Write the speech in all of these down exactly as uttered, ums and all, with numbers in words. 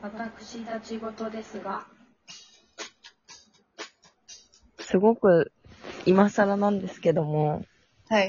私たち事ですが、 すごく今更なんですけども、 はい。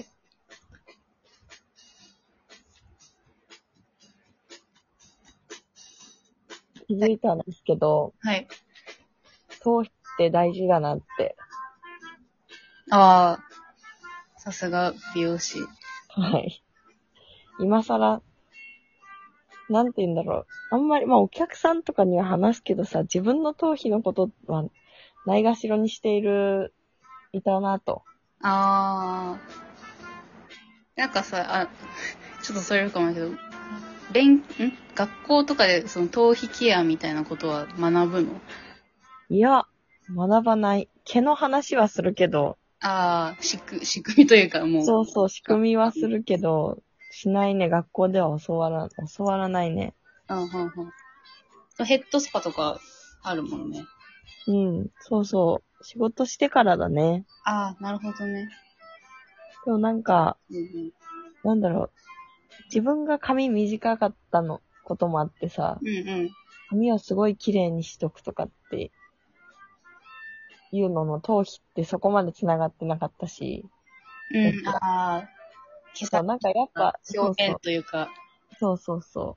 気づいたんですけど、 はい。 頭皮って大事だなって。 ああ、さすが美容師。 はい。今更、なんて言うんだろう。あんまり、まあお客さんとかには話すけどさ、自分の頭皮のことはないがしろにしている、いたなと。 ああ。なんかさ、あ、ちょっとそれるかもだけど、勉、ん学校とかでその頭皮ケアみたいなことは学ぶの？ いや、学ばない。毛の話はするけど、 ああ、仕組、仕組みというかもう。 そうそう、仕組みはするけど、しないね。学校では教わら、教わらないね。 うん、うん、うん。ヘッドスパとかあるもんね。 うん、そうそう。仕事してからだね。 ああ、なるほどね。 でもなんか、 うんうん。 なんだろう。自分が髪短かったのこともあってさ、 うんうん。 髪をすごい綺麗にしとくとかっていうのの頭皮ってそこまで繋がってなかったし、 うん、ああ、毛そう、なんかやっぱ、そう表そう現というか。 そうそうそう。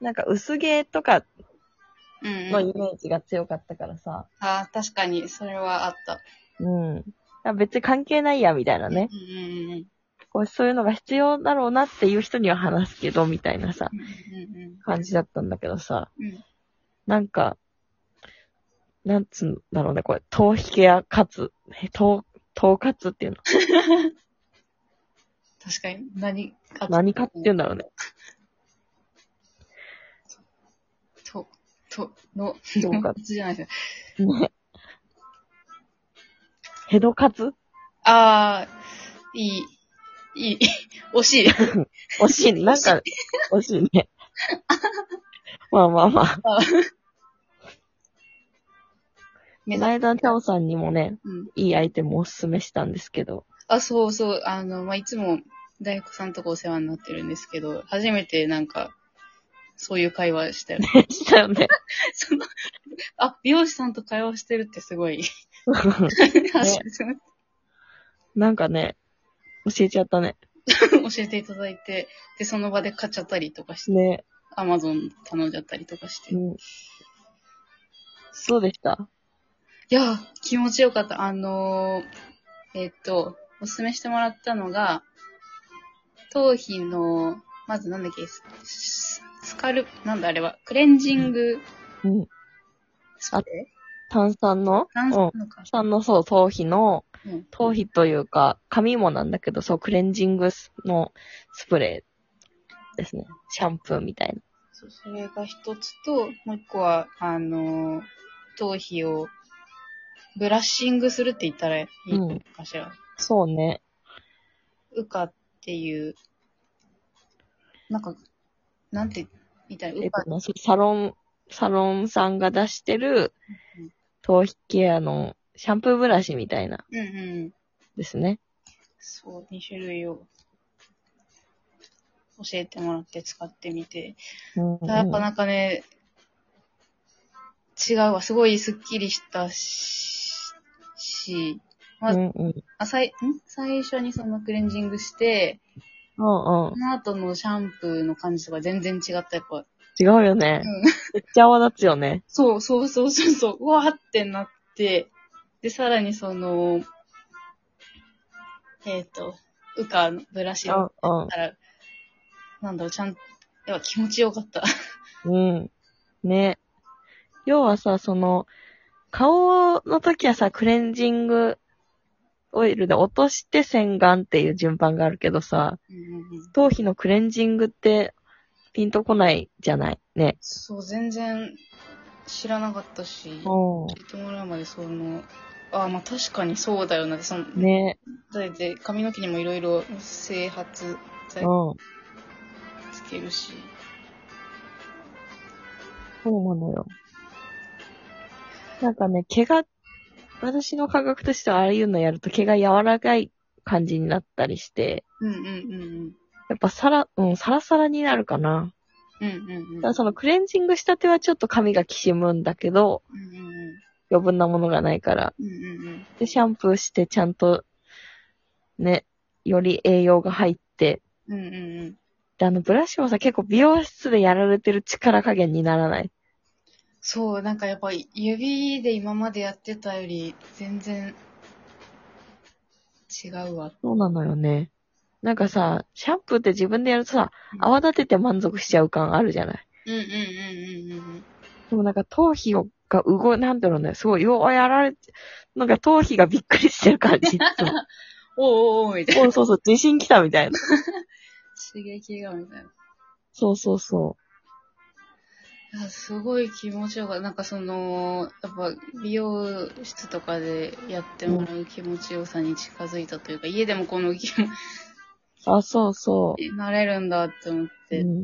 なんか薄毛とかうんうん。 のイメージが強かったからさ、 ああ、確かに、それはあった。 うん。別に関係ないや、みたいなね。 うんうんうん。 こうそういうのが必要だろうなっていう人には話すけど、みたいなさ、 うんうん感じだったんだけどさ、 うん。うん。 なんか、なんつうんだろうね、これ、頭皮ケアかつ、え頭、頭活っていうの。 確かに、何か。 何かっていうんだろうね。 と、と、の、 頭活。 じゃないですよ。 ね。ヘド活ああ、いい、いい、惜しい。 惜しい。なんか、惜しいね。まあまあまあ。 あこの間、チャオさんにもね、 うん。 いいアイテムをおすすめしたんですけど。 あ、そうそう、あの、まあ、いつも大工さんとかお世話になってるんですけど、初めてなんか、そういう会話したよね。 したよね。 その、あ、美容師さんと会話してるってすごい。初めてなんかね、教えちゃったね。 教えていただいて、で、その場で買っちゃったりとかして、 ね。 アマゾン頼んじゃったりとかして。いうん。そうでした。 や、気持ちよかった。あのー、えっと、おすすめしてもらったのが、頭皮の、まずなんだっけ、ススカル、なんだあれは、クレンジングうん。 スプレ炭酸のー炭うん。 酸のか。 炭酸のそう、頭皮の、 うん。 頭皮というか、髪もなんだけど、そう、クレンジングのスプレーですね。シャンプーみたいな。 そう、それが一つと、もう一個は、あのー、頭皮をブラッシングするって言ったらいいのかしら。 そうね。 ウカっていう、なんか、なんて言ったら、ウカえっと、サロン、サロンさんが出してる頭皮ケアのシャンプーブラシみたいなうんうん。 ですね。 そう、に種類を教えてもらって使ってみて。 うんうん、 やっぱなんかね、違うわ。すごいスッキリしたし、しまず、 うんうん。 あ、さい、ん最初にそのクレンジングして、 うんうん。 その後のシャンプーの感じとか全然違った、やっぱ。 違うよね。 うん。 めっちゃ泡立つよね。 そうそうそうそうそう、うわーってなって、で、さらにその、えっ、と、ウカのブラシうんうん。 たら、なんだろう、ちゃん、やっぱ気持ちよかった。 うん。ね。要はさ、その、顔の時はさ、クレンジングオイルで落として洗顔っていう順番があるけどさ、 うんうんうん、 頭皮のクレンジングってピンとこないじゃないね。 そう、全然知らなかったし、 うん。 教えてもらうまでその、ああ、まあ確かにそうだよな。その、 ね。 だって髪の毛にもいろいろ整髪剤うん。 つけるし。 そうなのよ。なんかね、毛が、私の感覚としてはああいうのやると毛が柔らかい感じになったりして、 うんうんうんやっぱさら、うん、サラサラになるかな。 うん。 うんうんうん。 だからそのクレンジングしたてはちょっと髪がきしむんだけど、 うんうんうん。 余分なものがないから。 うんうんうん。 で、シャンプーしてちゃんと、ね、より栄養が入って、 うんうんうん。 で、あの、ブラシもさ、結構美容室でやられてる力加減にならない？ そう、なんかやっぱ指で今までやってたより全然違うわ。 そうなのよね。なんかさ、シャンプーって自分でやるとさ、 うん泡立てて満足しちゃう感あるじゃない。 うんうんうんうんうんでもなんか頭皮が動い、なんだろうね、すごい、ようやられて、なんか頭皮がびっくりしてる感じ、いつも。 おうおうおうみたいな。 そうそうそう、地震来たみたいな。 刺激がみたいな。 そうそうそいやすごい気持ちよかった。なんかその、やっぱ美容室とかでやってもらう気持ちよさに近づいたというか、家でもこの気持ちう。あ、そうそになれるんだって思っう。 て。 うん。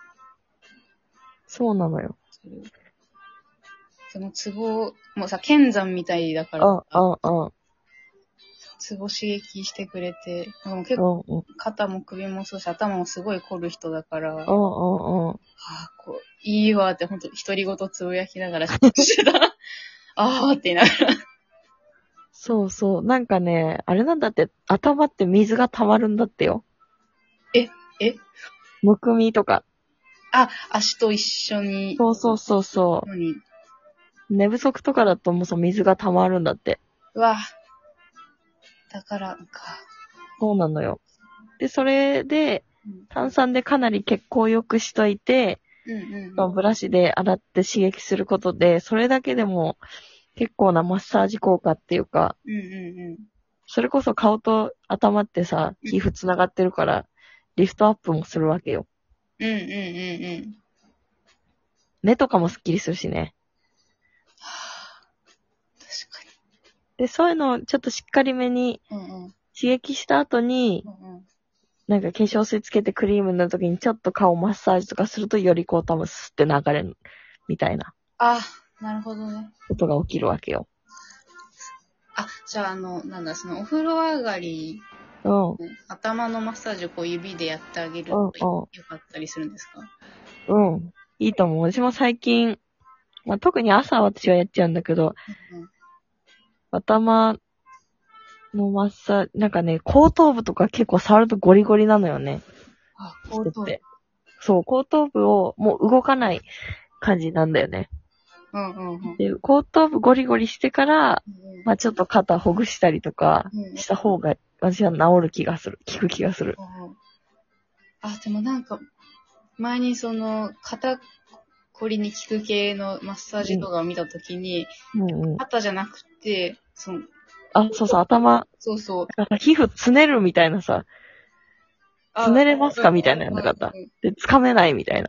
そうなのよ。 そのツボ、もうさ、剣山みたいだかあ、 ら、 あ、あ、 ツボ刺激してくれて、もう結う構ん、うん、 肩も首もそうし、頭もすごい凝る人だから、 うん、 はうん、うん。 あ、こう、いいわってほんと独り言つぶやきながらしてた。あーって言いながら。 そうそう。なんかね、あれなんだって、頭って水が溜まるんだってよ。 ええむくみとか。 あ、足と一緒に、 そうそうそうそのに、 う。寝不足とかだともうそう水が溜まるんだって。 うわ、だからか。 そうなのよ。で、それで、 うん炭酸でかなり血行を良くしといて、 うんうんそのブラシで洗って刺激することで、それだけでも結構なマッサージ効果っていうか、 うんうんうん。 それこそ顔と頭ってさ、皮膚つながってるから、リフトアップもするわけよ。 うんうんうんうん。 目とかもスッキリするしね。 はあ、確かで、そういうのをちょっとしっかりめにに。うんうん刺激した後に、 うんうん。 なんか化粧水つけてクリームの時にちょっと顔マッサージとかするとよりこう多分スッて流れるみたいなあ、なるほどね。 ことが起きるわけよ。 あ、じゃああの、なんだ、そのお風呂上がり、 うん。うん、 頭のマッサージをこう指でやってあげるうんとよかったりするんですか？ うん。いいと思う。私も最近、まあ、特に朝は私はやっちゃうんだけど、 うんうん。 頭のマッサージ、なんかね、後頭部とか結構触るとゴリゴリなのよね。 あ、 人って。そう、後頭部をもう動かない感じなんだよね。 うんうんうん。 で、後頭部ゴリゴリしてから、 うんまあちょっと肩ほぐしたりとかうんした方が、私は治る気がする。効く気がする。 うんあ、でもなんか、前にその、肩こりに効く系のマッサージ動画を見たときに、 うんうん。 肩じゃなくて、その、 あ、そうそう、頭、 そうそう。 なんかさ皮膚つねるみたいなさ、 あつねれますかみたいなやんなかった。 うんうんで、つかめないみたいな。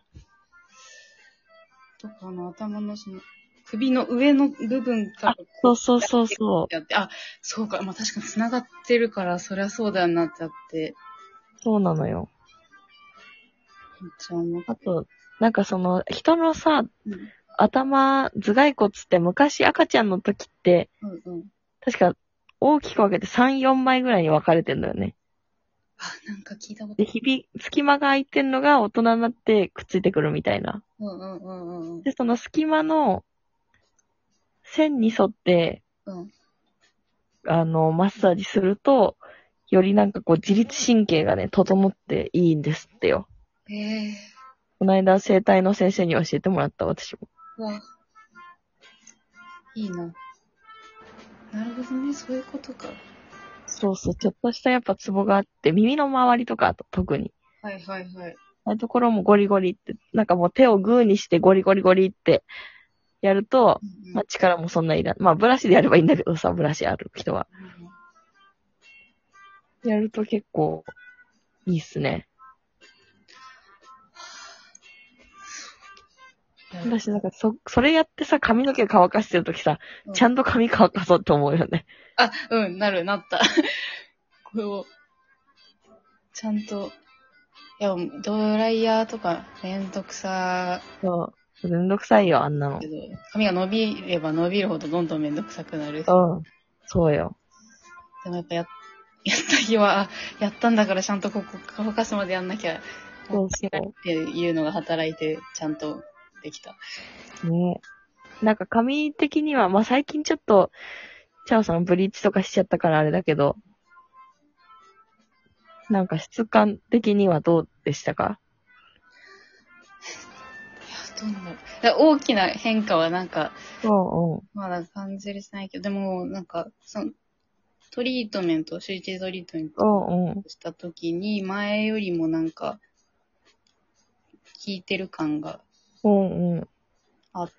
とかの頭のその、首の上の部分からあ、そうそうそうそう。 やって、あ、そうか、まあ確かに繋がってるから、そりゃそうだよなってあって、 そうなのよ。 めっちゃ思って。 あと、なんかその、人のさ、 うん頭、頭蓋骨って昔赤ちゃんの時って、 うんうん。 確か大きく分けてさん、よんまいぐらいに分かれてんだよね。 あ、なんか聞いたことで、日々、隙間が空いてんのが大人になってくっついてくるみたいな。 うんうんうんうん。 で、その隙間の線に沿って、 うん。 あの、マッサージすると、よりなんかこう自律神経がね、整っていいんですってよ。 へえこの間、整体の先生に教えてもらった、私も。 ー。わ。いいな。なるほどね、そういうことか。 そうそう、ちょっとしたやっぱツボがあって、耳の周りとかあと特に。 はいはいはい。 ああいうところもゴリゴリって、なんかもう手をグーにしてゴリゴリゴリってやると、 うんうんまあ力もそんないらん。まあブラシでやればいいんだけどさ、ブラシある人は。やると結構いいっすね。私なんかそ、それやってさ、髪の毛乾かしてるときさ、 うんちゃんと髪乾かそうって思うよね。 あ、うん、なる、なった。これを、ちゃんと、いや、ドライヤーとかめんどくさそう。めんどくさいよ、あんなの。 けど、髪が伸びれば伸びるほどどんどんめんどくさくなるし。 うん。そうよ。 でもやっぱや、やった日は、あやったんだからちゃんとここ乾かすまでやんなきゃそうそっていうのが働いて、ちゃんとできた。 う。ね。なんか髪的には、まあ、最近ちょっと、チャオさんブリーチとかしちゃったからあれだけど、なんか質感的にはどうでしたか？ いや、どうなんだろう。だから大きな変化はなんか、 うんうん。 まだ感じれてないけど、でも、なんか、その、トリートメント、集中トリートメントうんうん。 したときに、前よりもなんか、効いてる感がうんうん。 あって、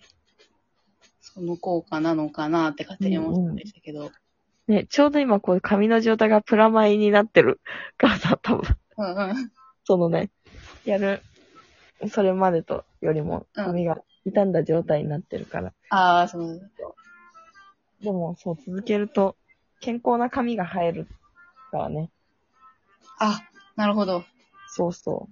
その効果なのかなって勝手に思ってましたけど。 ね、ちょうど今こういう髪の状態がプラマイになってるからさ、多分。 うんうん。 そのね、やる、それまでとよりも髪が傷んだ状態になってるから。 ああ、そうだ。 でも、そう続けると、健康な髪が生えるからね。 あ、なるほど。 そうそ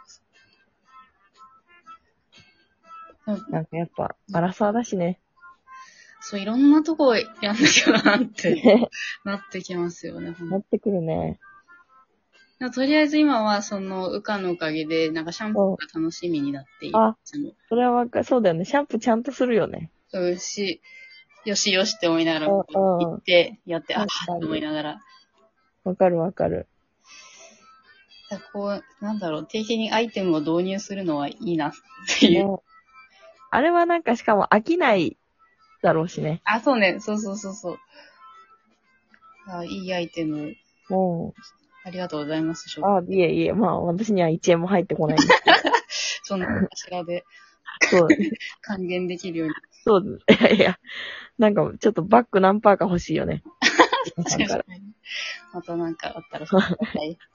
うんう。なんかやっぱ、アラサーだしね。 そう、いろんなとこやんなきゃなってなってきますよね、ほんとなってくるね。 でもとりあえず今は、その、ウカのおかげで、なんかシャンプーが楽しみになっている。 あいつも。 それはわかそうだよね。シャンプーちゃんとするよね。 うんし、よしよしって思いながら、 うんうん行って、やって、あっ確かにって思いながら。 わかるわかる。 だからこう、なんだろう、定期的にアイテムを導入するのはいいなっていう。 ね。あれはなんかしかも飽きないだろうしね。 あ、そうね。そうそうそうそう。あ、いいアイテム、 もありがとうございます。 う、あ、いえいえ、まあ私にはいちえんも入ってこないんですけど。 そんな頭でそう、 還元できるように。 そう、いやいや、なんかちょっとバック何パーか欲しいよね。皆さんから。 またなんかあったら、はい。